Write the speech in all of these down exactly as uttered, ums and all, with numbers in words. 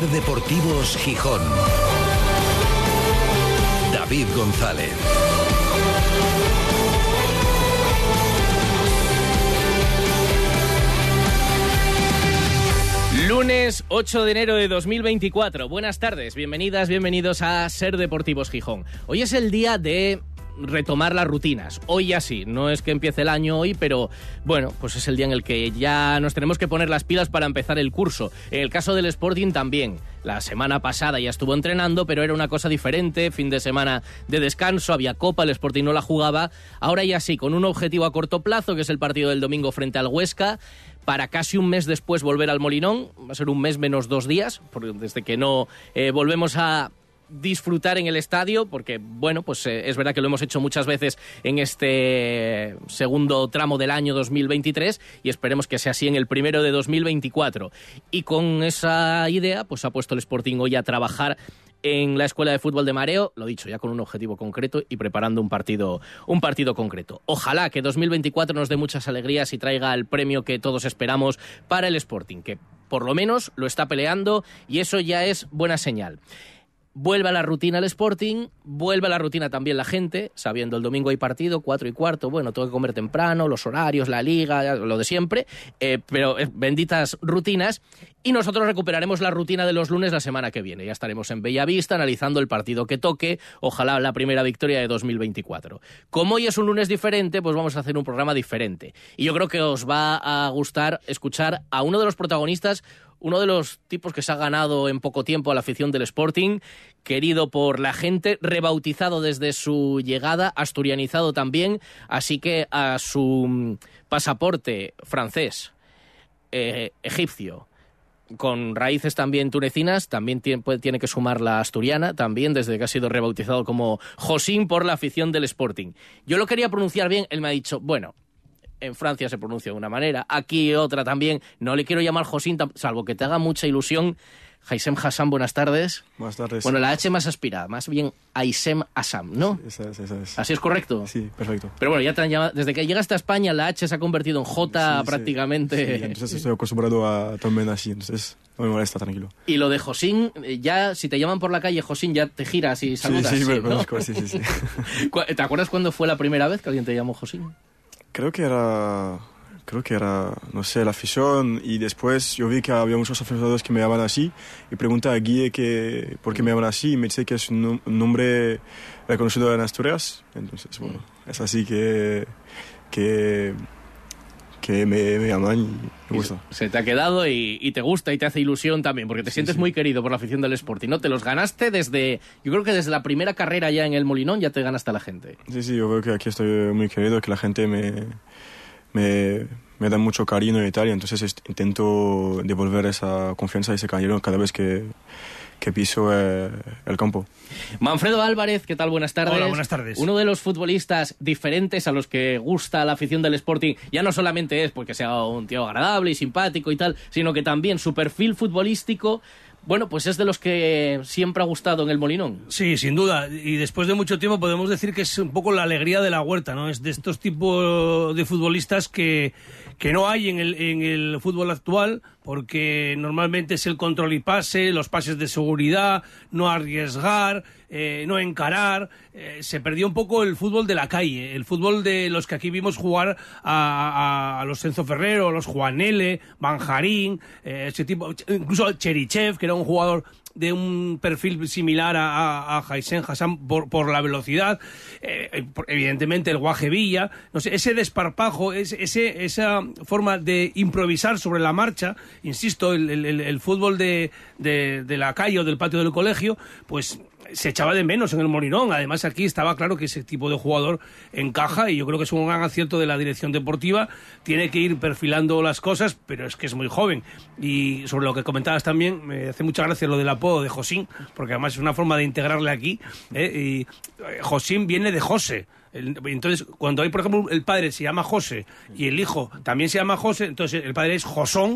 Ser Deportivos Gijón. David González. Lunes ocho de enero de dos mil veinticuatro. Buenas tardes, bienvenidas, bienvenidos a Ser Deportivos Gijón. Hoy es el día de retomar las rutinas. Hoy ya sí, no es que empiece el año hoy, pero bueno, pues es el día en el que ya nos tenemos que poner las pilas para empezar el curso. En el caso del Sporting también. La semana pasada ya estuvo entrenando, pero era una cosa diferente, fin de semana de descanso, había Copa, el Sporting no la jugaba. Ahora ya sí, con un objetivo a corto plazo, que es el partido del domingo frente al Huesca, para casi un mes después volver al Molinón. Va a ser un mes menos dos días, porque desde que no eh, volvemos a disfrutar en el estadio, porque bueno, pues eh, es verdad que lo hemos hecho muchas veces en este segundo tramo del año dos mil veintitrés y esperemos que sea así en el primero de dos mil veinticuatro. Y con esa idea, pues ha puesto el Sporting hoy a trabajar en la Escuela de Fútbol de Mareo, lo dicho, ya con un objetivo concreto y preparando un partido, un partido concreto. Ojalá que dos mil veinticuatro nos dé muchas alegrías y traiga el premio que todos esperamos para el Sporting, que por lo menos lo está peleando y eso ya es buena señal. Vuelve a la rutina el Sporting, vuelve a la rutina también la gente, sabiendo el domingo hay partido, cuatro y cuarto, bueno, tengo que comer temprano, los horarios, la liga, lo de siempre, eh, pero eh, benditas rutinas, y nosotros recuperaremos la rutina de los lunes la semana que viene. Ya estaremos en Bellavista analizando el partido que toque, ojalá la primera victoria de dos mil veinticuatro. Como hoy es un lunes diferente, pues vamos a hacer un programa diferente, y yo creo que os va a gustar escuchar a uno de los protagonistas, uno de los tipos que se ha ganado en poco tiempo a la afición del Sporting, querido por la gente, rebautizado desde su llegada, asturianizado también, así que a su pasaporte francés, eh, egipcio, con raíces también tunecinas, también tiene, tiene que sumar la asturiana, también desde que ha sido rebautizado como Josín por la afición del Sporting. Yo lo quería pronunciar bien, él me ha dicho, bueno, en Francia se pronuncia de una manera, aquí otra también. No le quiero llamar Josín, salvo que te haga mucha ilusión. Haisem Hassan, buenas tardes. Buenas tardes. Bueno, la H más aspirada, más bien Haisem Hassan, ¿no? Esa es, esa es. ¿Así es correcto? Sí, perfecto. Pero bueno, ya te han llamado, desde que llegaste a España la H se ha convertido en J sí, prácticamente. Sí, sí, entonces estoy acostumbrado a también así, entonces no me molesta, tranquilo. Y lo de Josín, ya si te llaman por la calle Josín, ya te giras y saludas. Sí, sí, me ¿no? conozco, sí, sí, sí. ¿Te acuerdas cuándo fue la primera vez que alguien te llamó Josín? Creo que era... Creo que era, no sé, la afición, y después yo vi que había muchos aficionados que me llamaban así y pregunté a Guille que, por qué me llaman así y me dice que es un, un nombre reconocido en Asturias. Entonces, bueno, es así que, que, que me, me llaman y me gusta. Se te ha quedado y, y te gusta y te hace ilusión también, porque te sí, sientes sí. muy querido por la afición del Sporting, ¿no? Te los ganaste desde, yo creo que desde la primera carrera ya en el Molinón ya te ganaste a la gente. Sí, sí, yo veo que aquí estoy muy querido, que la gente me... Me, me da mucho cariño y tal, y entonces est- intento devolver esa confianza y ese cariño cada vez que, que piso eh, el campo. Manfredo Álvarez, ¿qué tal? Buenas tardes. Hola, buenas tardes. Uno de los futbolistas diferentes a los que gusta la afición del Sporting, ya no solamente es porque sea un tío agradable y simpático y tal, sino que también su perfil futbolístico, bueno, pues es de los que siempre ha gustado en el Molinón. Sí, sin duda. Y después de mucho tiempo podemos decir que es un poco la alegría de la huerta, ¿no? Es de estos tipos de futbolistas que, que no hay en el, en el fútbol actual, porque normalmente es el control y pase, los pases de seguridad, no arriesgar, eh, no encarar. Eh, se perdió un poco el fútbol de la calle, el fútbol de los que aquí vimos jugar a, a, a los Enzo Ferrero, a los Juanele, Banjarín, eh, ese tipo, incluso Cherichev, que era un jugador de un perfil similar a, a, a Haisem Hassan por, por la velocidad, eh, evidentemente el Guaje Villa, no sé, ese desparpajo, ese, ese, esa forma de improvisar sobre la marcha, insisto, el, el, el fútbol de, de, de la calle o del patio del colegio, pues se echaba de menos en el Molinón. Además aquí estaba claro que ese tipo de jugador encaja y yo creo que es un gran acierto de la dirección deportiva. Tiene que ir perfilando las cosas, pero es que es muy joven. Y sobre lo que comentabas también, me hace mucha gracia lo del apodo de Josín, porque además es una forma de integrarle aquí, ¿eh? Y Josín viene de José. Entonces, cuando hay, por ejemplo, el padre se llama José y el hijo también se llama José, entonces el padre es Josón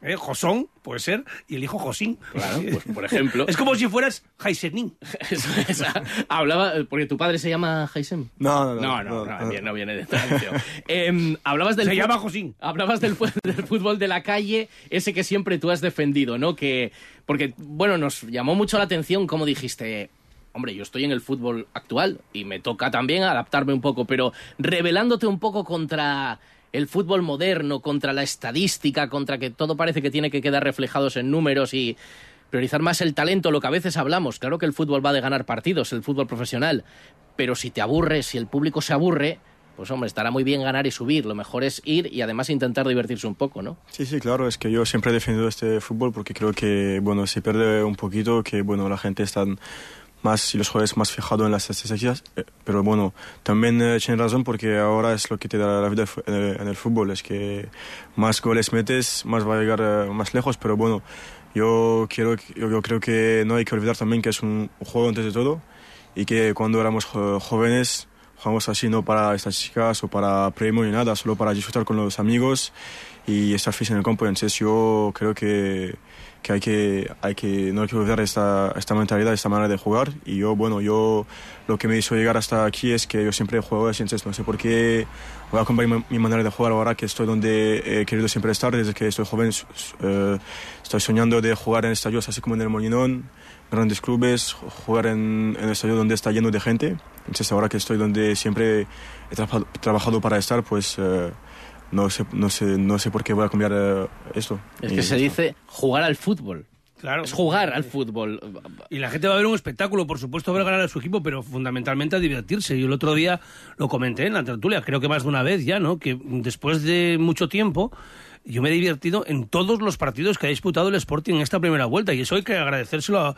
¿Eh? Josón, puede ser, y el hijo Josín. Claro, pues, por ejemplo. Es como si fueras Jaisenín. Eso es. Hablaba, porque tu padre se llama Jaisen. No, no, No, no, no, no, no, no viene de tradición. eh, hablabas del Se fu- llama Josín. Hablabas del, fu- del fútbol de la calle, ese que siempre tú has defendido, ¿no? Que, porque, bueno, nos llamó mucho la atención cómo dijiste... Hombre, yo estoy en el fútbol actual y me toca también adaptarme un poco, pero rebelándote un poco contra el fútbol moderno, contra la estadística, contra que todo parece que tiene que quedar reflejados en números y priorizar más el talento, lo que a veces hablamos. Claro que el fútbol va de ganar partidos, el fútbol profesional, pero si te aburres, si el público se aburre, pues hombre, estará muy bien ganar y subir. Lo mejor es ir y además intentar divertirse un poco, ¿no? Sí, sí, claro, es que yo siempre he defendido este fútbol porque creo que, bueno, se pierde un poquito, que, bueno, la gente está más y los jugadores más fijados en las estadísticas, eh, pero bueno, también eh, tienen razón porque ahora es lo que te da la vida en el, en el fútbol, es que más goles metes, más va a llegar eh, más lejos, pero bueno, yo, quiero, yo, yo creo que no hay que olvidar también que es un, un juego antes de todo y que cuando éramos jo- jóvenes jugamos así no para estadísticas o para premio ni nada, solo para disfrutar con los amigos y estar feliz en el campo. Entonces yo creo que que hay que, hay que no hay que olvidar esta, esta mentalidad, esta manera de jugar. Y yo, bueno, yo lo que me hizo llegar hasta aquí es que yo siempre he jugado así, entonces no sé por qué voy a cambiar mi, mi manera de jugar ahora que estoy donde he querido siempre estar. Desde que estoy joven eh, estoy soñando de jugar en estadios así como en el Molinón, grandes clubes, jugar en, en el estadio donde está lleno de gente. Entonces ahora que estoy donde siempre he tra- trabajado para estar, pues... Eh, No sé, no sé, no sé por qué voy a cambiar eh, esto. Es que se dice jugar al fútbol. Claro. Es jugar al fútbol. Y la gente va a ver un espectáculo, por supuesto, ver ganar a su equipo, pero fundamentalmente a divertirse. Yo el otro día lo comenté en la tertulia, creo que más de una vez ya, ¿no? Que después de mucho tiempo yo me he divertido en todos los partidos que ha disputado el Sporting en esta primera vuelta, y eso hay que agradecérselo a,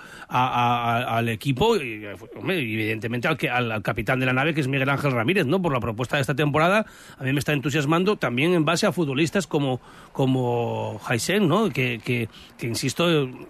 a, a, al equipo y, hombre, evidentemente al, que, al, al capitán de la nave, que es Miguel Ángel Ramírez, ¿no? Por la propuesta de esta temporada. A mí me está entusiasmando también en base a futbolistas como, como Jaisen, ¿no? Que, que, que insisto...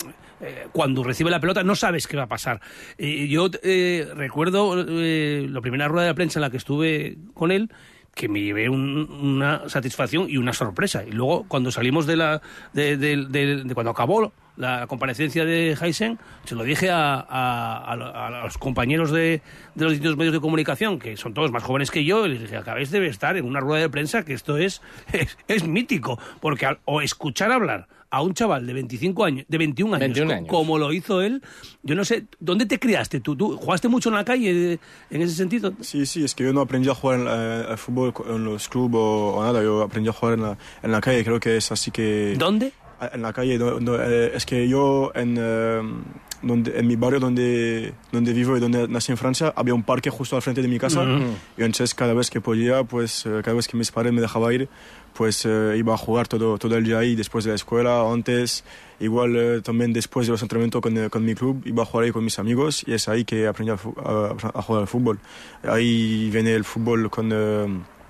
Eh, cuando recibe la pelota no sabes qué va a pasar. Eh, yo eh, recuerdo eh, la primera rueda de prensa en la que estuve con él, que me llevé un, una satisfacción y una sorpresa. Y luego, cuando salimos de la de, de, de, de cuando acabó la comparecencia de Jaisen, se lo dije a, a, a, a los compañeros de, de los distintos medios de comunicación, que son todos más jóvenes que yo, y les dije, acabáis de estar en una rueda de prensa que esto es, es, es mítico, porque al, o escuchar hablar a un chaval de veinticinco años, de veintiún años, veintiún años, como lo hizo él, yo no sé, ¿dónde te criaste tú? ¿Tú jugaste mucho en la calle en ese sentido? Sí, sí, es que yo no aprendí a jugar en la, al fútbol en los clubes o, o nada, yo aprendí a jugar en la, en la calle, creo que es así que... ¿Dónde? En la calle, no, no, eh, es que yo en, eh, donde, en mi barrio donde, donde vivo y donde nací en Francia, había un parque justo al frente de mi casa, uh-huh. Y entonces cada vez que podía, pues eh, cada vez que mis padres me dejaban ir, pues eh, iba a jugar todo, todo el día ahí, después de la escuela, antes, igual eh, también después de los entrenamientos con, con mi club, iba a jugar ahí con mis amigos, y es ahí que aprendí a, a, a jugar al fútbol. Ahí viene el fútbol con... Eh,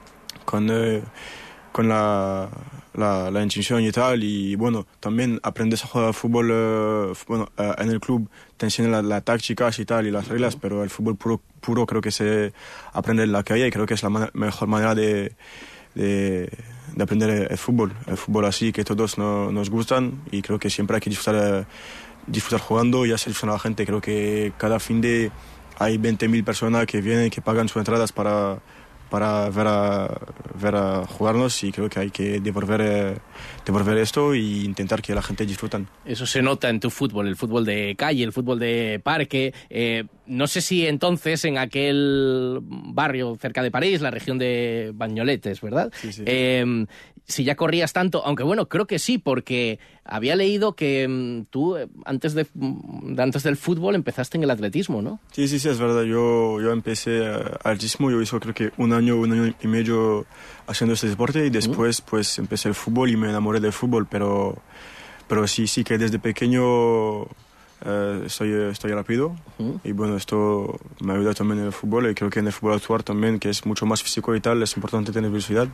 con eh, con la, la, la intención y tal, y bueno, también aprendes a jugar al fútbol, eh, bueno, eh, en el club te enseñan las la tácticas y tal, y las reglas, pero el fútbol puro, puro creo que se aprende en la calle, y creo que es la man- mejor manera de, de, de aprender el, el fútbol, el fútbol así que todos no, nos gustan, y creo que siempre hay que disfrutar, eh, disfrutar jugando y hacer disfrutar a la gente. Creo que cada fin de hay veinte mil personas que vienen, que pagan sus entradas para... para ver a, ver a jugarnos, y creo que hay que devolver, eh, devolver esto e intentar que la gente disfrutan. Eso se nota en tu fútbol, el fútbol de calle, el fútbol de parque. Eh, no sé si entonces en aquel barrio cerca de París, la región de Bagnoletes, ¿verdad? Sí, sí. Eh, si ya corrías tanto, aunque bueno, creo que sí, porque había leído que mmm, tú antes, de, antes del fútbol empezaste en el atletismo, ¿no? Sí, sí, sí, es verdad. Yo, yo empecé uh, atletismo, yo hice creo que un año, un año y medio haciendo este deporte, y después uh-huh. pues empecé el fútbol y me enamoré del fútbol, pero, pero sí, sí que desde pequeño uh, estoy, estoy rápido, uh-huh. y bueno, esto me ayuda también en el fútbol, y creo que en el fútbol actual también, que es mucho más físico y tal, es importante tener velocidad.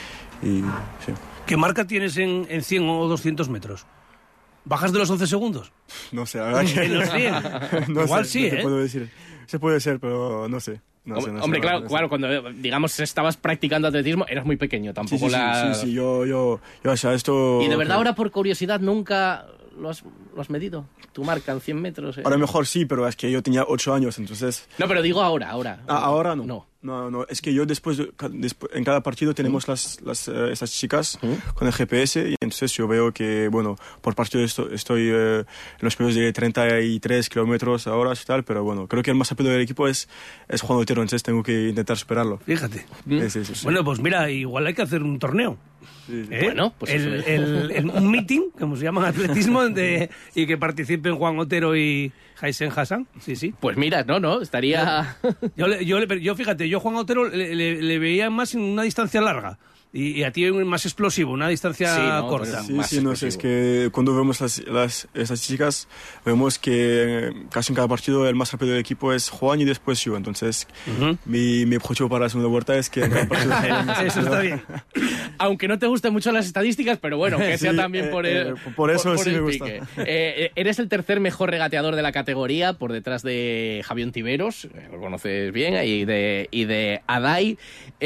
Y, sí. ¿Qué marca tienes en, en cien o doscientos metros? ¿Bajas de los once segundos? No sé, la verdad que... ¿En los cien? no Igual sé, sí, no ¿eh? Puedo decir. Se puede ser, pero no sé. No sé, no Hombre, sé, claro, no sé. claro, cuando digamos estabas practicando atletismo eras muy pequeño, Sí, tampoco sí, sí, la... sí, sí, yo, yo, yo, o sea, esto... Y de verdad ahora por curiosidad nunca lo has, lo has medido, tu marca en cien metros. ¿eh? A lo mejor sí, pero es que yo tenía ocho años, entonces... No, pero digo ahora, ahora. Ah, ahora no. No. No, no, es que yo después, de- ca- despu- en cada partido tenemos las, las, eh, esas chicas con el G P S y entonces yo veo que, bueno, por partido esto- estoy eh, en los periodos de treinta y tres kilómetros ahora y tal, pero bueno, creo que el más rápido del equipo es, es Juan Otero, entonces tengo que intentar superarlo. Fíjate. Sí, sí, sí, sí. Bueno, pues mira, igual hay que hacer un torneo. Sí. ¿Eh? Bueno, pues el, eso es. el- el- un meeting, como se llama en atletismo, de, y que participen Juan Otero y Jaisen Hassan. Sí, sí. Pues mira, no, no, estaría... Yo, le- yo, le- yo fíjate, yo Juan Otero le, le- le veía más en una distancia larga y, y a ti más explosivo, una distancia Sí, ¿no? corta. Pues Sí, más sí, no sé, es explosivo. que cuando vemos las, las, esas chicas, vemos que eh, casi en cada partido el más rápido del equipo es Juan y después yo. Entonces, Ujú. mi, mi objetivo para la segunda vuelta es que en cada partido haya el más Eso rápido. está bien. Aunque no te gusten mucho las estadísticas, pero bueno, que sea Sí, también eh, por el, eh, por eso sí el me gusta. pique. Eh, eh, eres el tercer mejor regateador de la categoría, por detrás de Javier Tiveros, eh, lo conoces bien, y de, y de Adai.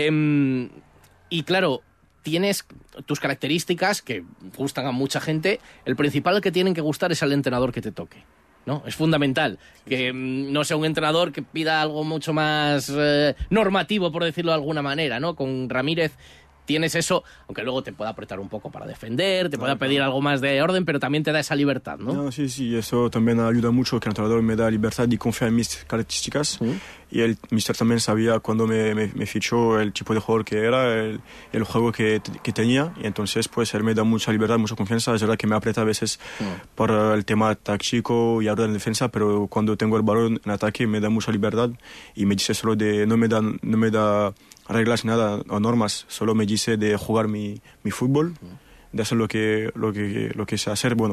Em, y claro, tienes tus características que gustan a mucha gente. El principal que tienen que gustar es al entrenador que te toque. ¿No? Es fundamental que mm, no sea un entrenador que pida algo mucho más eh, normativo, por decirlo de alguna manera, ¿no? Con Ramírez tienes eso, aunque luego te pueda apretar un poco para defender, te pueda pedir algo más de orden, pero también te da esa libertad, ¿no? No, sí, sí, eso también ayuda mucho, que el entrenador me da libertad y confía en mis características. Y el mister también sabía cuando me, me, me fichó el tipo de jugador que era, el, el juego que, que tenía. Y entonces, pues, él me da mucha libertad, mucha confianza. Es verdad que me aprieta a veces por el tema táctico y ahora en defensa, pero cuando tengo el balón en ataque me da mucha libertad y me dice solo de... No me da, no me da reglas, nada, o normas, solo me dice de jugar mi, mi fútbol. De hacer lo que, lo que, lo que sé hacer. Bueno,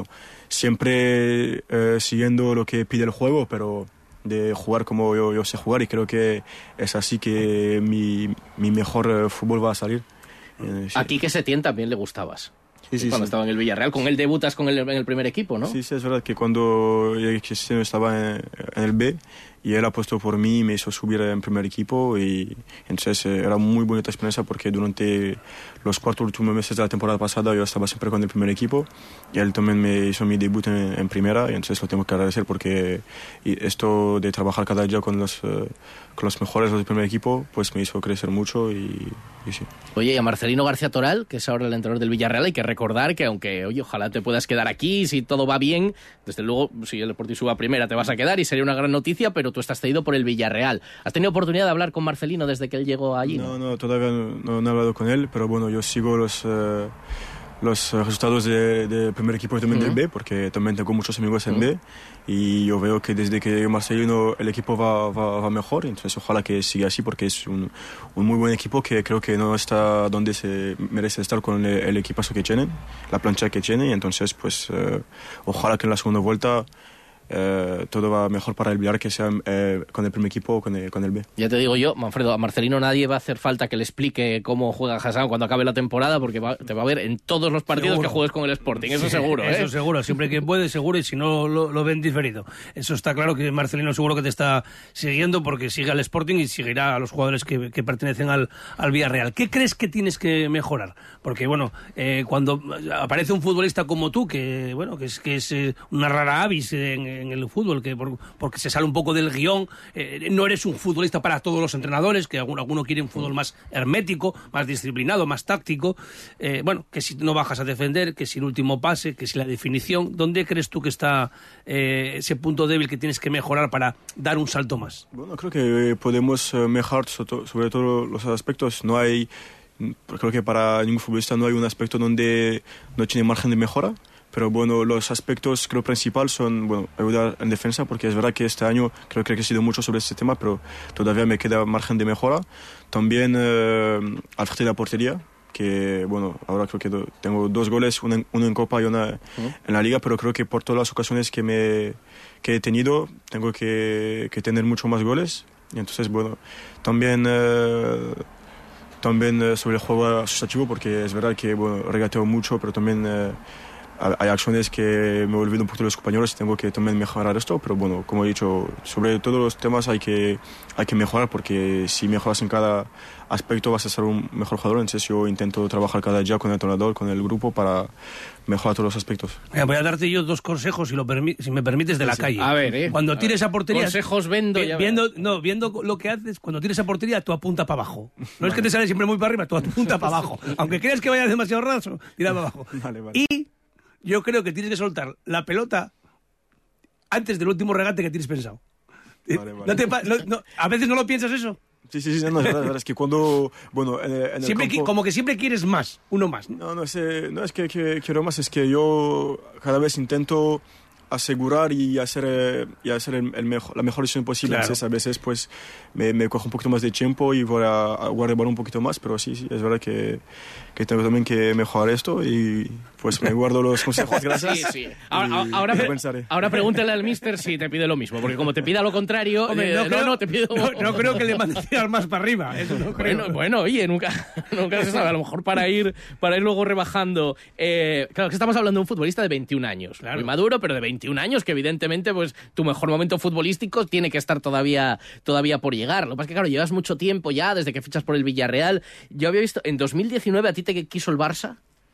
siempre eh, siguiendo lo que pide el juego, pero de jugar como yo, yo sé jugar y creo que es así que mi, mi mejor eh, fútbol va a salir. Eh, sí. A Quique Setién también le gustabas. Sí, sí, cuando sí. estaba en el Villarreal. Con él debutas con el, en el primer equipo, ¿no? Sí, sí, es verdad que cuando Cristiano estaba en, en el B y él apostó por mí, me hizo subir en primer equipo y entonces eh, era muy bonita experiencia porque durante los cuatro últimos meses de la temporada pasada yo estaba siempre con el primer equipo y él también me hizo mi debut en, en primera y entonces lo tengo que agradecer porque y esto de trabajar cada día con los, eh, con los mejores los del primer equipo pues me hizo crecer mucho y, y sí. Oye, y a Marcelino García Toral, que es ahora el entrenador del Villarreal, hay que recordar que aunque, oye, ojalá te puedas quedar aquí, si todo va bien, desde luego, si el Sporting suba a primera te vas a quedar y sería una gran noticia, pero tú estás cedido por el Villarreal. ¿Has tenido oportunidad de hablar con Marcelino desde que él llegó allí? No, no, todavía no, no, no he hablado con él, pero bueno, yo sigo los, eh, los resultados del de primer equipo y también Uh-huh. del B, porque también tengo muchos amigos en uh-huh. B, y yo veo que desde que llegó Marcelino el equipo va, va, va mejor, entonces ojalá que siga así, porque es un, un muy buen equipo que creo que no está donde se merece estar con el, el equipazo que tienen, la plancha que tiene, y entonces pues eh, ojalá que en la segunda vuelta Eh, todo va mejor para el Villarreal que sea eh, con el primer equipo o con el, con el B. Ya te digo yo, Manfredo, a Marcelino nadie va a hacer falta que le explique cómo juega Hassan cuando acabe la temporada porque va, te va a ver en todos los partidos Seguro. que juegues con el Sporting, eso Sí, seguro, ¿eh? Eso seguro, siempre que puede, seguro, y si no lo, lo ven diferido. Eso está claro que Marcelino seguro que te está siguiendo porque sigue al Sporting y seguirá a los jugadores que, que pertenecen al, al Villarreal. ¿Qué crees que tienes que mejorar? Porque, bueno, eh, cuando aparece un futbolista como tú, que, bueno, que es, que es eh, una rara avis en, en el fútbol, que por, porque se sale un poco del guión, eh, no eres un futbolista para todos los entrenadores, que alguno, alguno quiere un fútbol más hermético, más disciplinado, más táctico, eh, bueno, que si no bajas a defender, que si el último pase, que si la definición, ¿dónde crees tú que está eh, ese punto débil que tienes que mejorar para dar un salto más? Bueno, creo que podemos eh, mejorar sobre, sobre todo los aspectos, no hay, creo que para ningún futbolista no hay un aspecto donde no tiene margen de mejora. Pero bueno, los aspectos creo principal son, bueno, ayudar en defensa, porque es verdad que este año creo que he crecido mucho sobre este tema, pero todavía me queda margen de mejora. También eh, al frente de la portería, que bueno, ahora creo que do, tengo dos goles, uno en, uno en Copa y uno uh-huh. en la Liga, pero creo que por todas las ocasiones que, me, que he tenido, tengo que, que tener mucho más goles. Y entonces, bueno, también... Eh, También eh, sobre el juego asociativo, porque es verdad que bueno, regateo mucho, pero también... Eh, hay acciones que me olvido un poco de los compañeros y tengo que también mejorar esto, pero bueno, como he dicho, sobre todos los temas hay que, hay que mejorar, porque si mejoras en cada aspecto vas a ser un mejor jugador. Entonces yo intento trabajar cada día con el entrenador, con el grupo, para mejorar todos los aspectos. Mira, voy a darte yo dos consejos, si, lo si me permites, de la sí. calle. A ver, ¿eh? Cuando a tires ver. a portería... Consejos vendo. vi, Ya viendo, no, viendo lo que haces, cuando tires a portería, tú apunta para abajo. No vale. Es que te sale siempre muy para arriba, tú apunta para abajo. Aunque creas que vaya demasiado raso, tira para abajo. Vale, vale. Y yo creo que tienes que soltar la pelota antes del último regate que tienes pensado. Vale, vale. ¿No te, no, no, ¿A veces no lo piensas eso? Sí, sí, sí, no, es verdad, es verdad, es que cuando, bueno, en, en siempre el campo... Como que siempre quieres más, uno más. No, no, es, no es que, que quiero más, es que yo cada vez intento asegurar y hacer, y hacer el, el mejor, la mejor decisión posible. Claro. Entonces, a veces pues me, me cojo un poquito más de tiempo y voy a, a guardar el balón un poquito más, pero sí, sí, es verdad que, que tengo también que mejorar esto y pues me guardo los consejos, gracias. Sí, sí. Ahora, ahora, pre ahora pregúntale al mister si te pide lo mismo, porque como te pida lo contrario, Hombre, eh, no, no, creo, no, te pido... No, no creo que le mandes a tirar más para arriba, eso no creo. Bueno, bueno, oye, nunca, nunca se sabe, a lo mejor para ir, para ir luego rebajando. Eh, claro, que estamos hablando de un futbolista de veintiún años, claro. Muy maduro, pero de veintiún años, que evidentemente pues tu mejor momento futbolístico tiene que estar todavía, todavía por llegar. Lo que pasa es que, claro, llevas mucho tiempo ya, desde que fichas por el Villarreal. Yo había visto, en dos mil diecinueve, ¿a ti te quiso el Barça?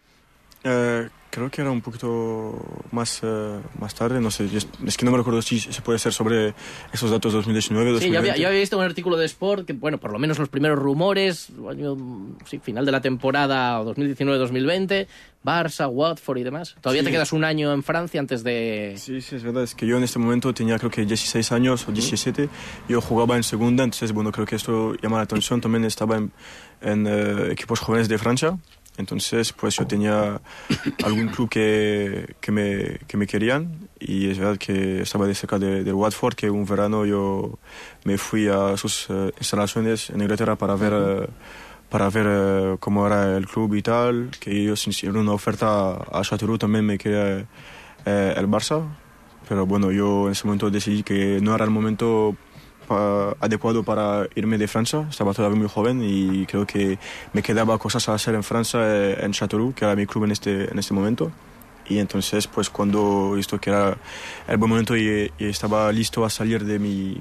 Eh, creo que era un poquito más, uh, más tarde, no sé, es que no me recuerdo si se puede ser sobre esos datos dos mil diecinueve, dos mil veinte. Sí, yo había, yo había visto un artículo de Sport que, bueno, por lo menos los primeros rumores, año, sí, final de la temporada dos mil diecinueve dos mil veinte, Barça, Watford y demás. Todavía sí. Te quedas un año en Francia antes de... Sí, sí, es verdad, es que yo en este momento tenía creo que dieciséis años o diecisiete, yo jugaba en segunda, entonces bueno, creo que esto llama la atención, también estaba en, en uh, equipos jóvenes de Francia. Entonces, pues yo tenía algún club que, que, me, que me querían, y es verdad que estaba de cerca de, de Watford, que un verano yo me fui a sus uh, instalaciones en Inglaterra para ver, uh, para ver uh, cómo era el club y tal, que ellos hicieron una oferta a Châteauroux, también me quería uh, el Barça, pero bueno, yo en ese momento decidí que no era el momento Pa, adecuado para irme de Francia, estaba todavía muy joven y creo que me quedaba cosas a hacer en Francia, eh, en Châteauroux, que era mi club en este, en este momento. Y entonces, pues cuando visto que era el buen momento y, y estaba listo a salir de mi,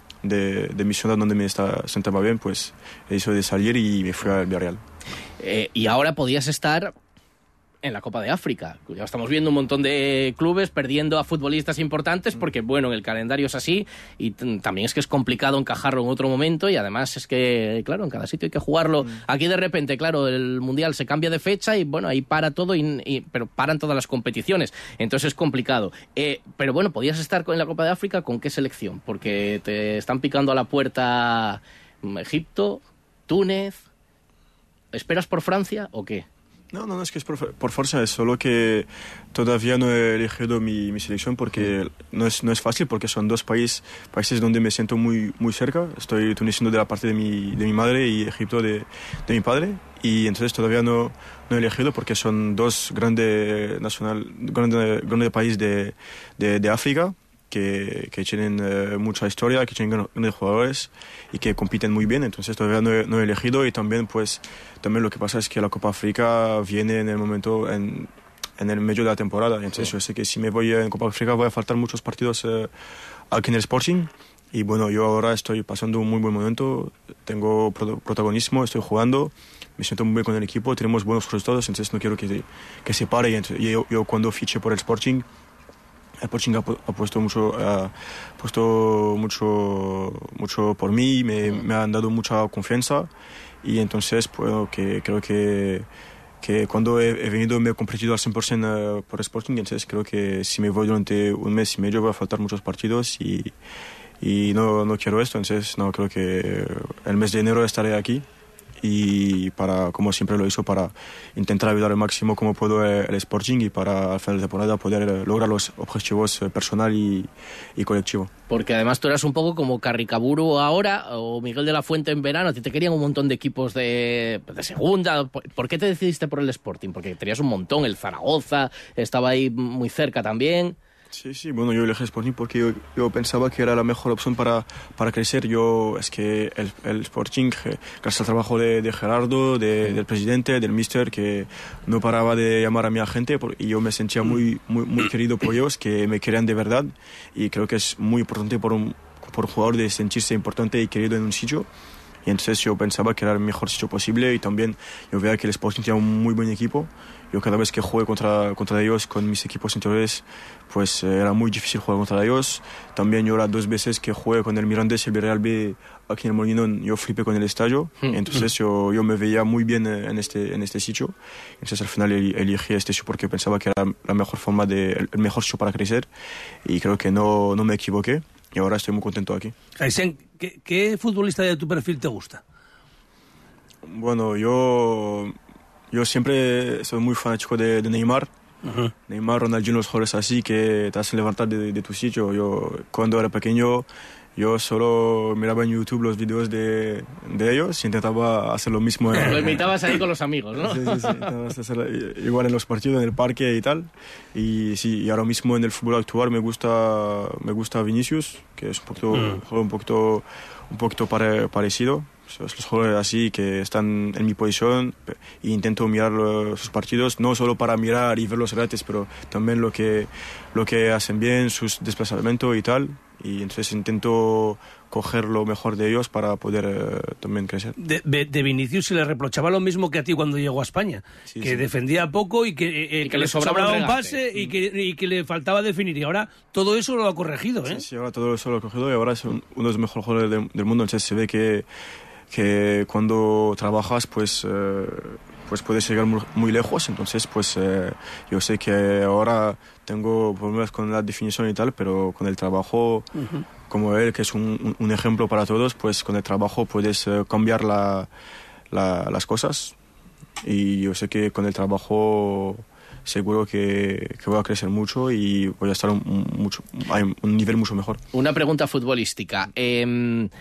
de, de mi ciudad donde me está, sentaba bien, pues hice de salir y me fui al Villarreal. Eh, y ahora podías estar en la Copa de África. Ya estamos viendo un montón de clubes perdiendo a futbolistas importantes porque, bueno, el calendario es así y también es que es complicado encajarlo en otro momento y además es que, claro, en cada sitio hay que jugarlo. Aquí de repente, claro, el Mundial se cambia de fecha y, bueno, ahí para todo, y, y, pero paran todas las competiciones. Entonces es complicado. Eh, pero, bueno, podías estar en la Copa de África, ¿con qué selección? Porque te están picando a la puerta Egipto, Túnez. ¿Esperas por Francia o qué? No, no, no es que es por, por fuerza, es solo que todavía no he elegido mi, mi selección porque no es, no es fácil, porque son dos países, países donde me siento muy, muy cerca. Estoy tuneciendo de la parte de mi, de mi madre y Egipto de, de mi padre, y entonces todavía no, no he elegido porque son dos grandes nacional, grande, grande países de, de, de África. Que, que tienen uh, mucha historia, que tienen grandes jugadores y que compiten muy bien, entonces todavía no he, no he elegido. Y también pues también lo que pasa es que la Copa África viene en el momento, en, en el medio de la temporada, entonces sí. Yo sé que si me voy en Copa África voy a faltar muchos partidos uh, aquí en el Sporting, y bueno, yo ahora estoy pasando un muy buen momento, tengo pro protagonismo, estoy jugando, me siento muy bien con el equipo, tenemos buenos resultados, entonces no quiero que, que se pare. Y entonces, yo, yo cuando fiché por el Sporting, el Sporting ha, pu ha puesto mucho, ha puesto mucho, mucho por mí, me, me han dado mucha confianza, y entonces pues, que, creo que, que cuando he, he venido me he competido al cien por cien uh, por Sporting, entonces creo que si me voy durante un mes y medio voy a faltar muchos partidos y, y no, no quiero esto, entonces no, creo que el mes de enero estaré aquí. Y para, como siempre lo hizo, para intentar ayudar al máximo como puedo el Sporting y para al final de temporada poder lograr los objetivos personal y, y colectivo. Porque además tú eras un poco como Carricaburu ahora o Miguel de la Fuente en verano, a ti te querían un montón de equipos de, de segunda. ¿Por qué te decidiste por el Sporting? Porque tenías un montón, el Zaragoza estaba ahí muy cerca también. Sí, sí, bueno, yo elegí Sporting porque yo, yo pensaba que era la mejor opción para, para crecer. Yo, es que el, el Sporting, gracias al trabajo de, de Gerardo, de, del presidente, del míster, que no paraba de llamar a mi agente, y yo me sentía muy, muy, muy querido por ellos, que me querían de verdad, y creo que es muy importante por un, por un jugador de sentirse importante y querido en un sitio. Y entonces yo pensaba que era el mejor sitio posible, y también yo veía que el Sporting tenía un muy buen equipo. Yo cada vez que jugué contra, contra ellos con mis equipos anteriores, pues eh, era muy difícil jugar contra ellos. También yo las dos veces que jugué con el Mirandés y el Villarreal B aquí en el Molinón, yo flipé con el estadio. Entonces yo, yo me veía muy bien en este, en este sitio. Entonces al final elegí este sitio porque pensaba que era la mejor forma de, el mejor sitio para crecer, y creo que no, no me equivoqué, y ahora estoy muy contento aquí. Aysén, ¿qué, ¿qué futbolista de tu perfil te gusta? Bueno, yo... Yo siempre soy muy fanático de, de Neymar. Uh-huh. Neymar, Ronaldinho, los jugadores así que te hacen levantar de, de tu sitio. Yo, cuando era pequeño, yo solo miraba en YouTube los vídeos de, de ellos y intentaba hacer lo mismo. En, lo imitabas ahí con los amigos, ¿no? Sí, sí, sí. Intentaba hacer igual en los partidos, en el parque y tal. Y sí, y ahora mismo en el fútbol actual me gusta, me gusta Vinicius, que es un poquito, uh-huh. juego un poquito, un poquito pare, parecido. Los jugadores así que están en mi posición, e intento mirar los, sus partidos, no solo para mirar y ver los regates, pero también lo que, lo que hacen bien, sus desplazamientos y tal. Y entonces intento coger lo mejor de ellos para poder eh, también crecer. De, de, de Vinicius se le reprochaba lo mismo que a ti cuando llegó a España, sí, que sí. defendía poco y que, eh, y que, que le sobraba, sobraba un pase y que, y que le faltaba definir. Y ahora todo eso lo ha corregido, ¿eh? Sí, sí, ahora todo eso lo ha corregido y ahora es un, uno de los mejores jugadores de, del mundo. Entonces se ve que que cuando trabajas pues eh, pues puedes llegar muy, muy lejos. Entonces pues eh, yo sé que ahora tengo problemas con la definición y tal, pero con el trabajo, uh-huh. como él, que es un, un ejemplo para todos, pues con el trabajo puedes eh, cambiar la, la, las cosas, y yo sé que con el trabajo seguro que, que voy a crecer mucho y voy a estar un, mucho, a un nivel mucho mejor. Una pregunta futbolística. Eh,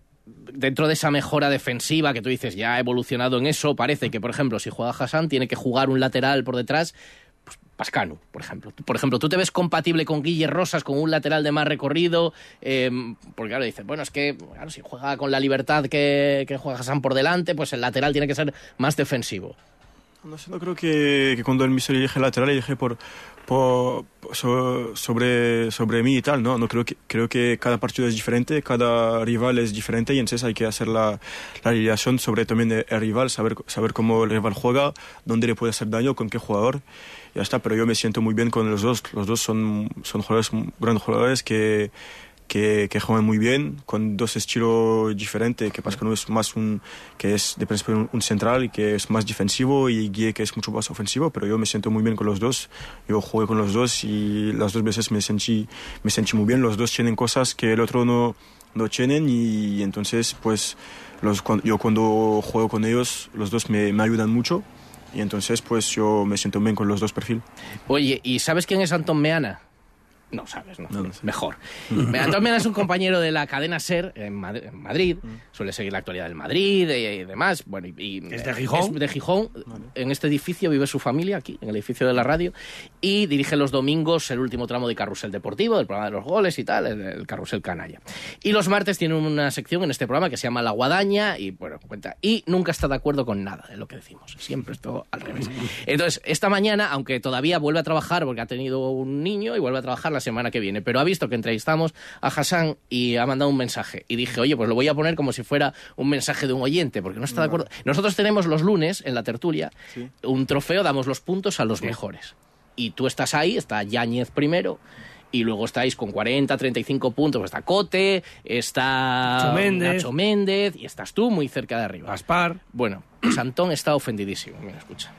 Dentro de esa mejora defensiva que tú dices, ya ha evolucionado en eso, parece que, por ejemplo, si juega Hassan, tiene que jugar un lateral por detrás, pues Pascanu, por ejemplo. Por ejemplo, ¿tú te ves compatible con Guille Rosas, con un lateral de más recorrido? Eh, porque claro, dices, bueno, es que claro, si juega con la libertad que, que juega Hassan por delante, pues el lateral tiene que ser más defensivo. No sé, no creo que, que cuando el míster elige lateral, elige por, por, so, sobre, sobre mí y tal, ¿no? No creo que, creo que cada partido es diferente, cada rival es diferente, y entonces hay que hacer la, la alineación sobre también el, el rival, saber, saber cómo el rival juega, dónde le puede hacer daño, con qué jugador, y ya está. Pero yo me siento muy bien con los dos. Los dos son, son jugadores, grandes jugadores que... Que, que juegan muy bien, con dos estilos diferentes, que Pascanu es más un, que es de principio un, un central y que es más defensivo, y Guille que es mucho más ofensivo, pero yo me siento muy bien con los dos. Yo jugué con los dos y las dos veces me sentí, me sentí muy bien. Los dos tienen cosas que el otro no, no tienen, y entonces pues los, yo cuando juego con ellos, los dos me, me ayudan mucho, y entonces pues yo me siento bien con los dos perfiles. Oye, ¿y sabes quién es Antón Meana? No sabes, no, no, no sé. Mejor. Antón Meana es un compañero de la cadena SER en Madrid, en Madrid. Suele seguir la actualidad del Madrid y demás. Bueno, y, y ¿Es de Gijón? Es de Gijón. Vale. En este edificio vive su familia, aquí, en el edificio de la radio, y dirige los domingos el último tramo de Carrusel Deportivo, del programa de los goles y tal, el, el Carrusel Canalla. Y los martes tiene una sección en este programa que se llama La Guadaña, y bueno, cuenta, y nunca está de acuerdo con nada de lo que decimos. Siempre es todo al revés. Entonces, esta mañana, aunque todavía vuelve a trabajar porque ha tenido un niño y vuelve a trabajar la semana que viene, pero ha visto que entrevistamos a Hassan y ha mandado un mensaje, y dije, oye, pues lo voy a poner como si fuera un mensaje de un oyente, porque no está de acuerdo. Nosotros tenemos los lunes en la tertulia, sí, un trofeo, damos los puntos a los sí. mejores, y tú estás ahí, está Yáñez primero, y luego estáis con cuarenta, treinta y cinco puntos, pues está Cote, está Nacho Méndez. Nacho Méndez, y estás tú muy cerca de arriba. Gaspar. Bueno, pues Antón está ofendidísimo. Mira, escucha.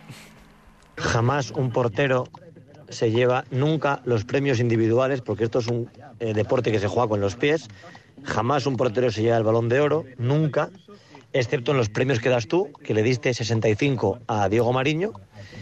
Jamás un portero se lleva nunca los premios individuales, porque esto es un eh, deporte que se juega con los pies. Jamás un portero se lleva el Balón de Oro, nunca, excepto en los premios que das tú, que le diste sesenta y cinco a Diego Mariño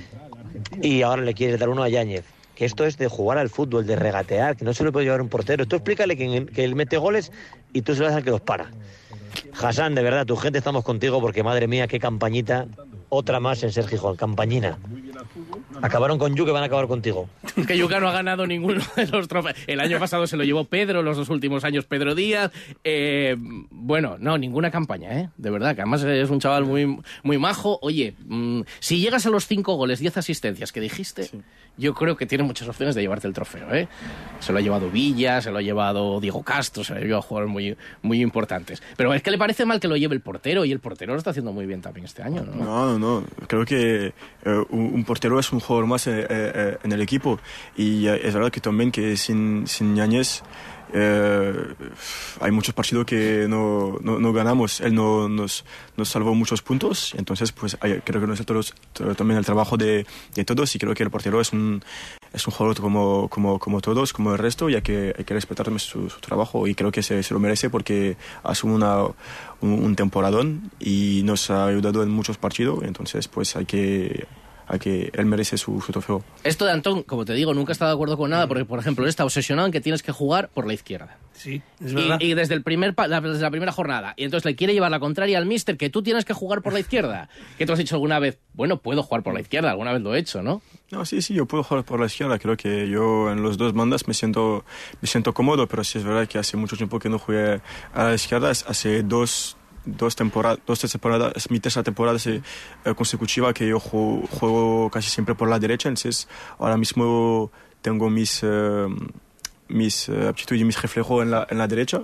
y ahora le quieres dar uno a Yáñez. Que esto es de jugar al fútbol, de regatear, que no se lo puede llevar un portero. Tú explícale que, que él mete goles y tú se lo das al que los para. Hassan, de verdad, tu gente, estamos contigo, porque madre mía, qué campañita, otra más en Ser Gijón, campañina. Acabaron con Yu, que van a acabar contigo. Es que Yuca no ha ganado ninguno de los trofeos. El año pasado se lo llevó Pedro, los dos últimos años Pedro Díaz. Eh, bueno, no, ninguna campaña, ¿eh? De verdad, que además es un chaval muy, muy majo. Oye, mmm, si llegas a los cinco goles, diez asistencias que dijiste, sí, yo creo que tiene muchas opciones de llevarte el trofeo, ¿eh? Se lo ha llevado Villa, se lo ha llevado Diego Castro, se lo ha llevado jugadores muy, muy importantes. Pero es que le parece mal que lo lleve el portero, y el portero lo está haciendo muy bien también este año, ¿no? No, no, no. Creo que eh, un, un portero es un jugador más eh, eh, en el equipo, y eh, es verdad que también que sin, sin Yáñez eh, hay muchos partidos que no, no, no ganamos. Él no, nos, nos salvó muchos puntos, entonces pues hay, creo que nosotros también el trabajo de, de todos, y creo que el portero es un, es un jugador como, como, como todos, como el resto, y hay que, hay que respetar su, su trabajo, y creo que se, se lo merece porque hace una, un, un temporadón y nos ha ayudado en muchos partidos, entonces pues hay que... a que él merece su, su trofeo. Esto de Antón, como te digo, nunca he estado de acuerdo con nada, porque, por ejemplo, él está obsesionado en que tienes que jugar por la izquierda. Sí, es verdad. Y, y desde, el primer, la, desde la primera jornada. Y entonces le quiere llevar la contraria al míster, que tú tienes que jugar por la izquierda. Que tú has dicho alguna vez, bueno, puedo jugar por la izquierda, alguna vez lo he hecho, ¿no? No, sí, sí, yo puedo jugar por la izquierda. Creo que yo en los dos bandas me siento, me siento cómodo, pero sí es verdad que hace mucho tiempo que no jugué a la izquierda. Hace dos... dos temporadas, dos temporadas, es mi tercera temporada eh, consecutiva que yo juego, juego casi siempre por la derecha, entonces ahora mismo tengo mis, eh, mis eh, aptitudes y mis reflejos en la, en la derecha,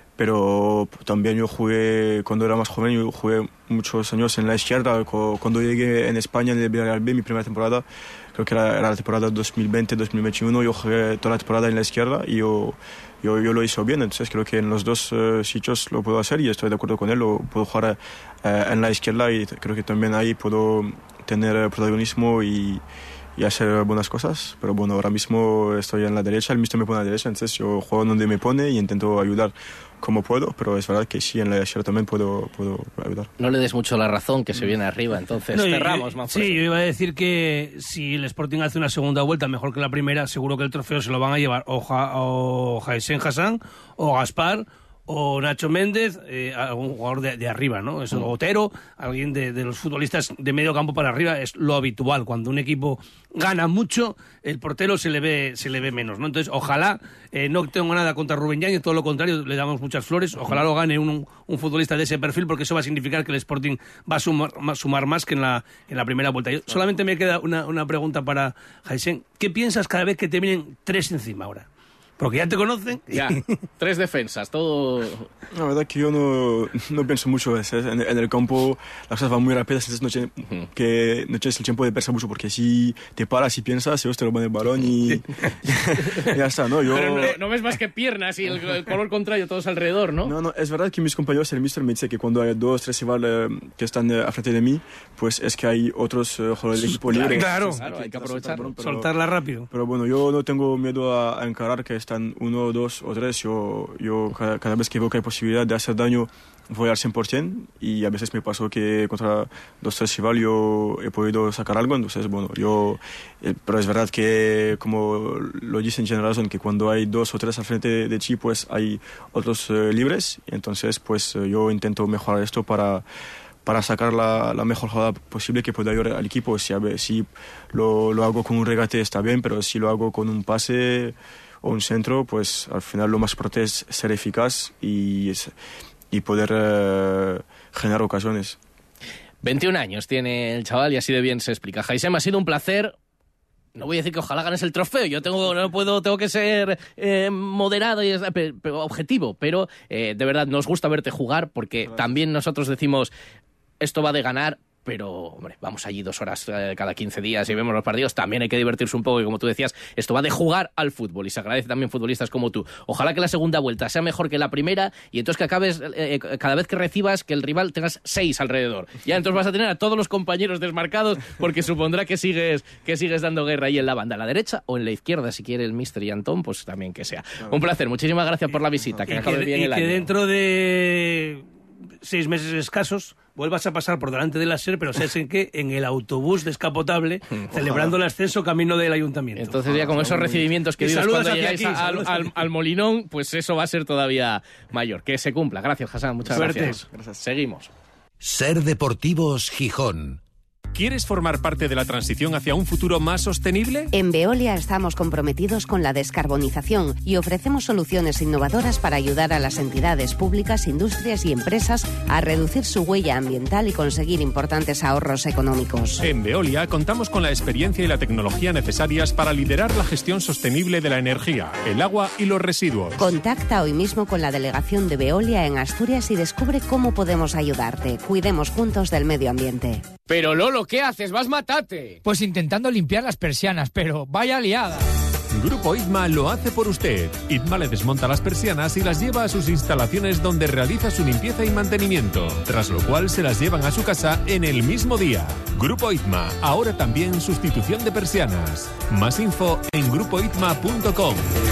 pero también yo jugué, cuando era más joven, yo jugué muchos años en la izquierda. Cuando llegué en España en el Villarreal B, mi primera temporada, creo que era, era la temporada dos mil veinte dos mil veintiuno, yo jugué toda la temporada en la izquierda y yo, yo, yo lo hice bien, entonces creo que en los dos uh, sitios lo puedo hacer y estoy de acuerdo con él, lo puedo jugar uh, en la izquierda, y creo que también ahí puedo tener protagonismo y, y hacer buenas cosas, pero bueno, ahora mismo estoy en la derecha, el míster me pone a la derecha, entonces yo juego donde me pone y intento ayudar como puedo, pero es verdad que sí, en la izquierda también puedo, puedo ayudar. No le des mucho la razón, que se viene arriba, entonces no, cerramos, yo, Manfredo. Sí, yo iba a decir que si el Sporting hace una segunda vuelta mejor que la primera, seguro que el trofeo se lo van a llevar o, ja, o Jaisen Hassan, o Gaspar, o Nacho Méndez, eh, algún jugador de, de arriba, ¿no? Eso, Otero, alguien de, de los futbolistas de medio campo para arriba, es lo habitual. Cuando un equipo gana mucho, el portero se le ve, se le ve menos, ¿no? Entonces, ojalá, eh, no tengo nada contra Rubén Yáñez, todo lo contrario, le damos muchas flores, ojalá lo gane un, un futbolista de ese perfil, porque eso va a significar que el Sporting va a sumar, sumar más que en la, en la primera vuelta. Yo, solamente me queda una, una pregunta para Jaisen. ¿Qué piensas cada vez que te vienen tres encima ahora? Porque ya te conocen. Ya, tres defensas, todo... La verdad que yo no, no pienso mucho. En, en el campo las cosas van muy rápidas, entonces no, tiene, uh-huh. que no tienes el tiempo de pensar mucho, porque si te paras y piensas, ellos te lo ponen el balón y ya está, ¿no? Yo... Pero no, no ves más que piernas y el, el color contrario todos alrededor, ¿no? No, no, es verdad que mis compañeros, el míster me dice que cuando hay dos, tres rivales eh, que están eh, a frente de mí, pues es que hay otros eh, jugadores del equipo libres. Claro, claro, claro, hay que aprovechar. Pero, soltarla rápido. Pero bueno, yo no tengo miedo a, a encarar que están uno, dos o tres. Yo, yo cada, cada vez que veo que hay posibilidad de hacer daño, voy al cien por ciento, y a veces me pasó que contra dos tres rivales yo he podido sacar algo, entonces bueno, yo eh, pero es verdad que como lo dicen General Razón, que cuando hay dos o tres al frente de, de ti, pues hay otros eh, libres, y entonces pues eh, yo intento mejorar esto para para sacar la, la mejor jugada posible que pueda ayudar al equipo. Si, a ver, si lo, lo hago con un regate está bien, pero si lo hago con un pase o un centro, pues al final lo más importante es ser eficaz y, y poder uh, generar ocasiones. veintiún años tiene el chaval y así de bien se explica. Jaisen, ha sido un placer. No voy a decir que ojalá ganes el trofeo, yo tengo, no puedo, tengo que ser eh, moderado y pero, objetivo, pero eh, de verdad nos gusta verte jugar, porque claro, también nosotros decimos, esto va de ganar, pero, hombre, vamos allí dos horas eh, cada quince días y vemos los partidos, también hay que divertirse un poco, y como tú decías, esto va de jugar al fútbol, y se agradece también futbolistas como tú. Ojalá que la segunda vuelta sea mejor que la primera, y entonces que acabes, eh, cada vez que recibas, que el rival tengas seis alrededor. Ya entonces vas a tener a todos los compañeros desmarcados, porque supondrá que sigues, que sigues dando guerra ahí en la banda, a la derecha o en la izquierda, si quiere el míster y Antón, pues también que sea. Un placer, muchísimas gracias por la visita, que acabe bien el año. Y que dentro de seis meses escasos vuelvas a pasar por delante de la SER, pero ¿sabes en qué? En el autobús descapotable, celebrando el ascenso camino del ayuntamiento. Entonces ya con esos recibimientos que vives cuando llegáis aquí, al, al, al Molinón, pues eso va a ser todavía mayor. Que se cumpla. Gracias, Hassan. Muchas Suerte. gracias. gracias. Seguimos. Ser Deportivos Gijón. ¿Quieres formar parte de la transición hacia un futuro más sostenible? En Veolia estamos comprometidos con la descarbonización y ofrecemos soluciones innovadoras para ayudar a las entidades públicas, industrias y empresas a reducir su huella ambiental y conseguir importantes ahorros económicos. En Veolia contamos con la experiencia y la tecnología necesarias para liderar la gestión sostenible de la energía, el agua y los residuos. Contacta hoy mismo con la delegación de Veolia en Asturias y descubre cómo podemos ayudarte. Cuidemos juntos del medio ambiente. Pero Lolo, ¿qué haces? ¡Vas matate! Pues intentando limpiar las persianas, pero vaya liada. Grupo Itma lo hace por usted. Itma le desmonta las persianas y las lleva a sus instalaciones donde realiza su limpieza y mantenimiento, tras lo cual se las llevan a su casa en el mismo día. Grupo Itma, ahora también sustitución de persianas. Más info en grupo itma punto com.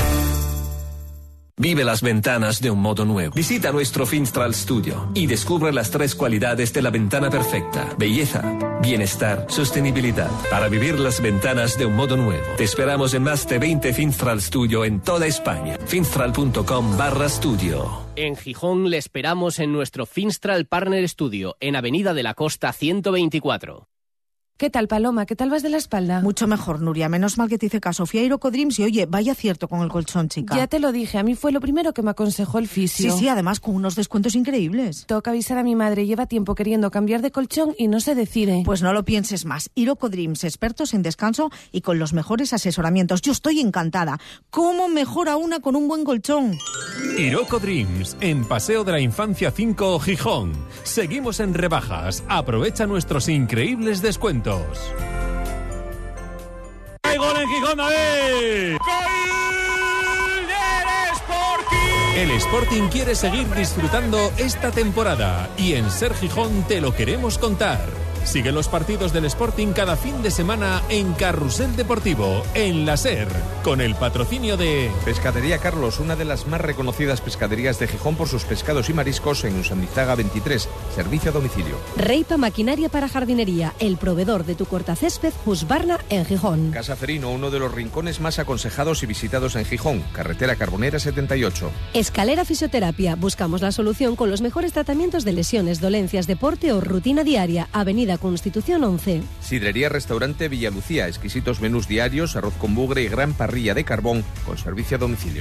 Vive las ventanas de un modo nuevo. Visita nuestro Finstral Studio y descubre las tres cualidades de la ventana perfecta: belleza, bienestar, sostenibilidad. Para vivir las ventanas de un modo nuevo. Te esperamos en más de veinte Finstral Studio en toda España. finstral punto com barra studio. En Gijón le esperamos en nuestro Finstral Partner Studio, en Avenida de la Costa ciento veinticuatro. ¿Qué tal, Paloma? ¿Qué tal vas de la espalda? Mucho mejor, Nuria. Menos mal que te hice caso. Fui a Irocodreams y, oye, vaya cierto con el colchón, chica. Ya te lo dije. A mí fue lo primero que me aconsejó el fisio. Sí, sí, además con unos descuentos increíbles. Toca avisar a mi madre. Lleva tiempo queriendo cambiar de colchón y no se decide. Pues no lo pienses más. Irocodreams, expertos en descanso y con los mejores asesoramientos. Yo estoy encantada. ¿Cómo mejora una con un buen colchón? Irocodreams, en Paseo de la Infancia cinco, Gijón. Seguimos en rebajas. Aprovecha nuestros increíbles descuentos. ¡Hay gol en Gijón, David! ¡Gol del Sporting! El Sporting quiere seguir disfrutando esta temporada y en Ser Gijón te lo queremos contar. Sigue los partidos del Sporting cada fin de semana en Carrusel Deportivo, en la SER, con el patrocinio de Pescadería Carlos, una de las más reconocidas pescaderías de Gijón por sus pescados y mariscos en Usandizaga veintitrés, servicio a domicilio. Reipa Maquinaria para Jardinería, el proveedor de tu cortacésped Husqvarna en Gijón. Casa Ferino, uno de los rincones más aconsejados y visitados en Gijón, carretera Carbonera setenta y ocho. Escalera Fisioterapia, buscamos la solución con los mejores tratamientos de lesiones, dolencias, deporte o rutina diaria, avenida Constitución once. Sidrería Restaurante Villalucía, exquisitos menús diarios, arroz con bugre y gran parrilla de carbón con servicio a domicilio.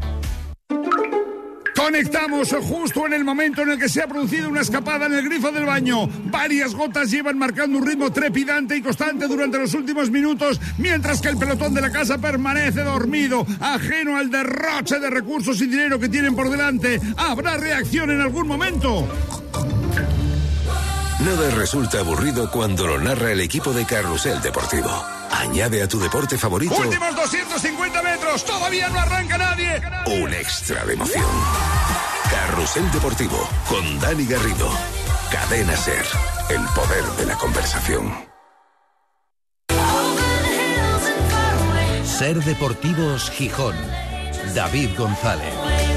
Conectamos justo en el momento en el que se ha producido una escapada en el grifo del baño. Varias gotas llevan marcando un ritmo trepidante y constante durante los últimos minutos, mientras que el pelotón de la casa permanece dormido, ajeno al derroche de recursos y dinero que tienen por delante. ¿Habrá reacción en algún momento? Nada resulta aburrido cuando lo narra el equipo de Carrusel Deportivo. Añade a tu deporte favorito Últimos doscientos cincuenta metros, todavía no arranca nadie. un extra de emoción. Carrusel Deportivo con Dani Garrido. Cadena SER, el poder de la conversación. Ser Deportivos Gijón. David González.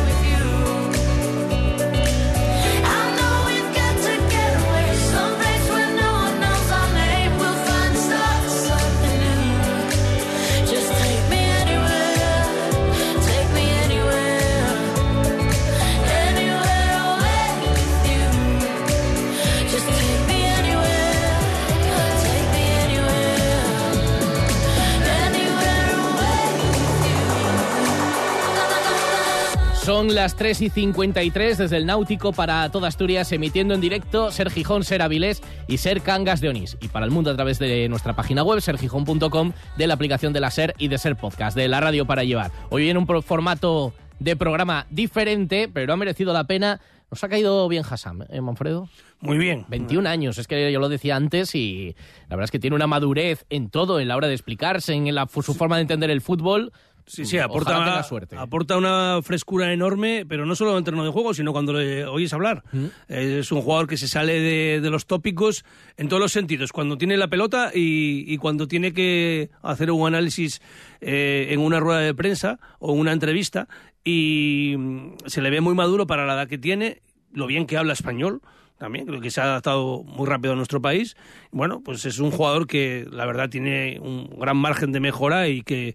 Son las tres y cincuenta y tres desde el Náutico para toda Asturias, emitiendo en directo Ser Gijón, Ser Avilés y Ser Cangas de Onís. Y para el mundo a través de nuestra página web, ser gijón punto com, de la aplicación de la SER y de Ser Podcast, de la radio para llevar. Hoy viene un formato de programa diferente, pero ha merecido la pena. Nos ha caído bien Hassam, ¿eh, Manfredo? Muy bien. veintiún años, es que yo lo decía antes y la verdad es que tiene una madurez en todo, en la hora de explicarse, en la, su forma de entender el fútbol. Sí, sí, aporta, aporta una frescura enorme, pero no solo en terreno de juego, sino cuando le oyes hablar. ¿Mm? Es un jugador que se sale de, de los tópicos en todos los sentidos, cuando tiene la pelota y, y cuando tiene que hacer un análisis eh, en una rueda de prensa o una entrevista, y se le ve muy maduro para la edad que tiene, lo bien que habla español. También creo que se ha adaptado muy rápido a nuestro país. Bueno, pues es un jugador que la verdad tiene un gran margen de mejora y que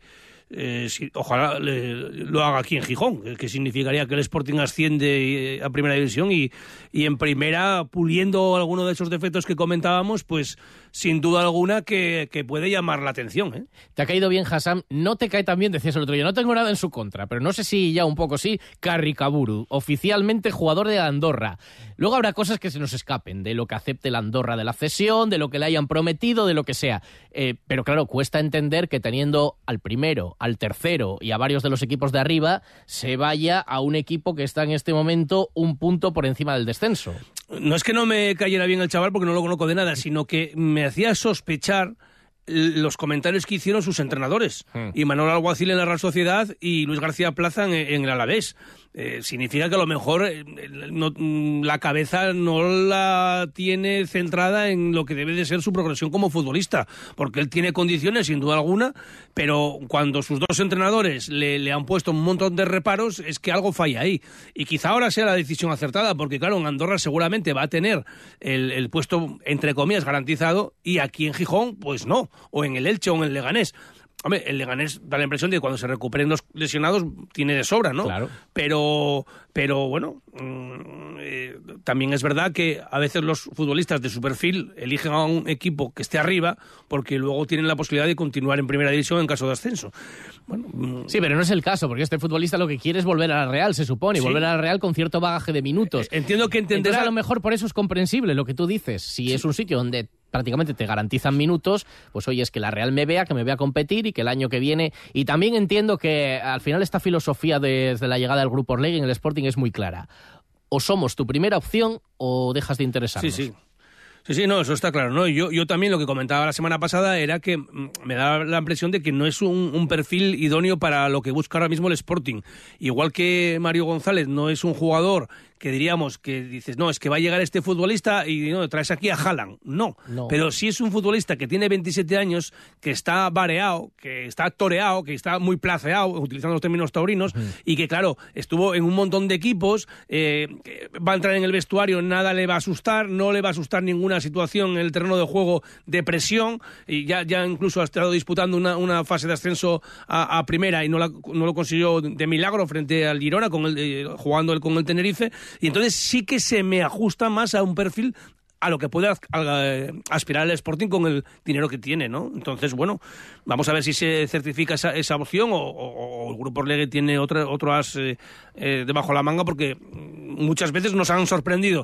eh, si, ojalá le, lo haga aquí en Gijón, que, que significaría que el Sporting asciende a Primera División y, y en Primera, puliendo alguno de esos defectos que comentábamos, pues sin duda alguna que, que puede llamar la atención, ¿eh? ¿Te ha caído bien Hassam? No te cae tan bien, decías el otro día, no tengo nada en su contra, pero no sé si ya un poco sí, Carricaburu, oficialmente jugador de Andorra. Luego habrá cosas que se nos escapen, de lo que acepte la Andorra de la cesión, de lo que le hayan prometido, de lo que sea. Eh, pero claro, cuesta entender que teniendo al primero, al tercero y a varios de los equipos de arriba, se vaya a un equipo que está en este momento un punto por encima del descenso. No es que no me cayera bien el chaval porque no lo conozco de nada, sino que me hacía sospechar los comentarios que hicieron sus entrenadores, hmm. y Manuel Alguacil en la Real Sociedad y Luis García Plaza en, en el Alavés. Eh, significa que a lo mejor eh, no, la cabeza no la tiene centrada en lo que debe de ser su progresión como futbolista, porque él tiene condiciones sin duda alguna, pero cuando sus dos entrenadores le, le han puesto un montón de reparos, es que algo falla ahí, y quizá ahora sea la decisión acertada, porque claro, en Andorra seguramente va a tener el, el puesto entre comillas garantizado, y aquí en Gijón pues no, o en el Elche o en el Leganés. Hombre, el Leganés da la impresión de que cuando se recuperen los lesionados tiene de sobra, ¿no? Claro. Pero, pero bueno, mmm, eh, también es verdad que a veces los futbolistas de su perfil eligen a un equipo que esté arriba porque luego tienen la posibilidad de continuar en Primera División en caso de ascenso. Bueno, mmm... Sí, pero no es el caso, porque este futbolista lo que quiere es volver a la Real, se supone, y sí. volver a la Real con cierto bagaje de minutos. Eh, entiendo que entenderá... Entonces, a lo mejor por eso es comprensible lo que tú dices. Si sí. es un sitio donde prácticamente te garantizan minutos, pues oye, es que la Real me vea, que me vea competir y que el año que viene... Y también entiendo que al final esta filosofía desde la llegada del Grupo Orlegui en el Sporting es muy clara. O somos tu primera opción o dejas de interesarnos. Sí, sí. Sí, sí, no, eso está claro, ¿no? Yo, yo también lo que comentaba la semana pasada era que me da la impresión de que no es un, un perfil idóneo para lo que busca ahora mismo el Sporting. Igual que Mario González no es un jugador que diríamos que dices, no, es que va a llegar este futbolista y no, traes aquí a Haaland. No. no, pero sí es un futbolista que tiene veintisiete años, que está vareado, que está toreado, que está muy placeado, utilizando los términos taurinos, mm. y que, claro, estuvo en un montón de equipos, eh, va a entrar en el vestuario, nada le va a asustar, no le va a asustar ninguna situación en el terreno de juego de presión, y ya, ya incluso ha estado disputando una, una fase de ascenso a, a primera y no, la, no lo consiguió de milagro frente al Girona, con el, eh, jugando el, con el Tenerife. Y entonces sí que se me ajusta más a un perfil a lo que puede aspirar el Sporting con el dinero que tiene, ¿no? Entonces, bueno, vamos a ver si se certifica esa, esa opción o, o, o el Grupo Orlegui tiene otro, otro as eh, eh, debajo de la manga, porque muchas veces nos han sorprendido.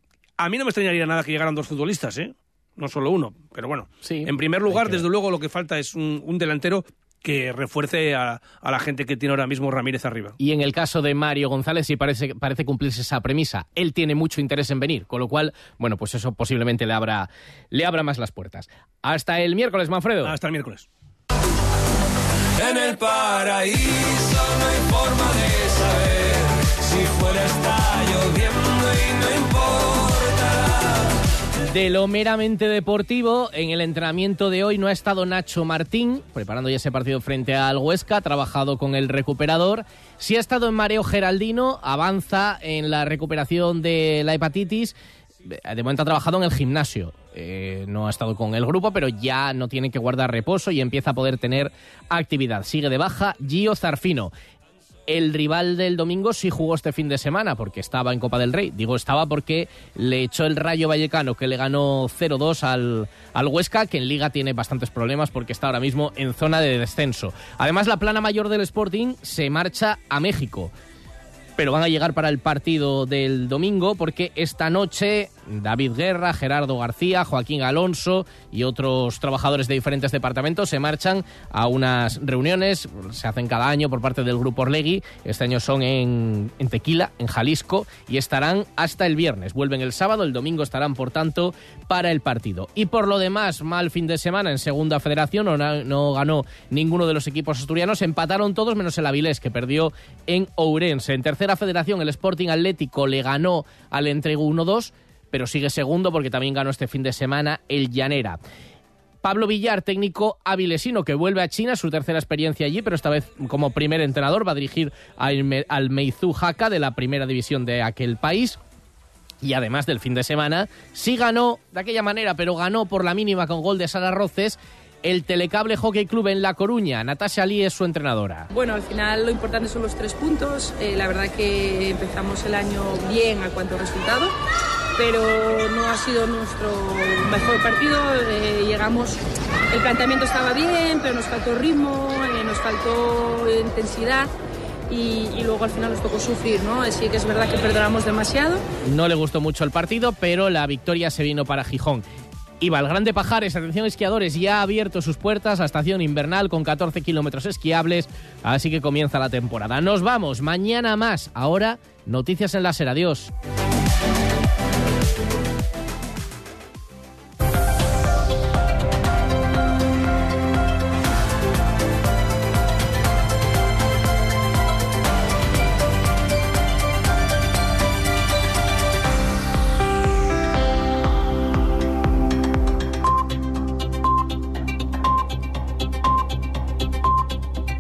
A mí no me extrañaría nada que llegaran dos futbolistas, ¿eh? No solo uno, pero bueno. Sí, en primer lugar, desde luego, lo que falta es un, un delantero que refuerce a, a la gente que tiene ahora mismo Ramírez arriba. Y en el caso de Mario González sí parece, parece cumplirse esa premisa. Él tiene mucho interés en venir, con lo cual, bueno, pues eso posiblemente le abra, le abra más las puertas. Hasta el miércoles, Manfredo. Hasta el miércoles. En el paraíso no hay forma de saber si fuera está lloviendo y no importa. De lo meramente deportivo, en el entrenamiento de hoy no ha estado Nacho Martín, preparando ya ese partido frente al Huesca, ha trabajado con el recuperador. Sí ha estado en mareo Geraldino, avanza en la recuperación de la hepatitis. De momento ha trabajado en el gimnasio, eh, no ha estado con el grupo, pero ya no tiene que guardar reposo y empieza a poder tener actividad. Sigue de baja Gio Zarfino. El rival del domingo sí jugó este fin de semana porque estaba en Copa del Rey. Digo estaba porque le echó el Rayo Vallecano, que le ganó cero dos al, al Huesca, que en Liga tiene bastantes problemas porque está ahora mismo en zona de descenso. Además, la plana mayor del Sporting se marcha a México, pero van a llegar para el partido del domingo porque esta noche David Guerra, Gerardo García, Joaquín Alonso y otros trabajadores de diferentes departamentos se marchan a unas reuniones, se hacen cada año por parte del Grupo Orlegui. Este año son en, en Tequila, en Jalisco, y estarán hasta el viernes. Vuelven el sábado, el domingo estarán, por tanto, para el partido. Y por lo demás, mal fin de semana en Segunda Federación, no, no ganó ninguno de los equipos asturianos, empataron todos menos el Avilés, que perdió en Ourense. En Tercera Federación, el Sporting Atlético le ganó al Entrego uno dos, pero sigue segundo porque también ganó este fin de semana el Llanera. Pablo Villar, técnico avilesino, que vuelve a China, su tercera experiencia allí, pero esta vez como primer entrenador, va a dirigir al Meizhou Haka de la primera división de aquel país. Y además del fin de semana, sí ganó de aquella manera, pero ganó por la mínima con gol de Sara Roces el Telecable Hockey Club en La Coruña. Natasha Lee es su entrenadora. Bueno, al final lo importante son los tres puntos. Eh, la verdad que empezamos el año bien a cuanto resultado, pero no ha sido nuestro mejor partido. Eh, llegamos, el planteamiento estaba bien, pero nos faltó ritmo, eh, nos faltó intensidad. Y, y luego al final nos tocó sufrir, ¿no? Así que es verdad que perdonamos demasiado. No le gustó mucho el partido, pero la victoria se vino para Gijón. Y Valgrande Pajares, atención esquiadores, ya ha abierto sus puertas a estación invernal con catorce kilómetros esquiables, así que comienza la temporada. Nos vamos, mañana más. Ahora, noticias en la SER. Adiós.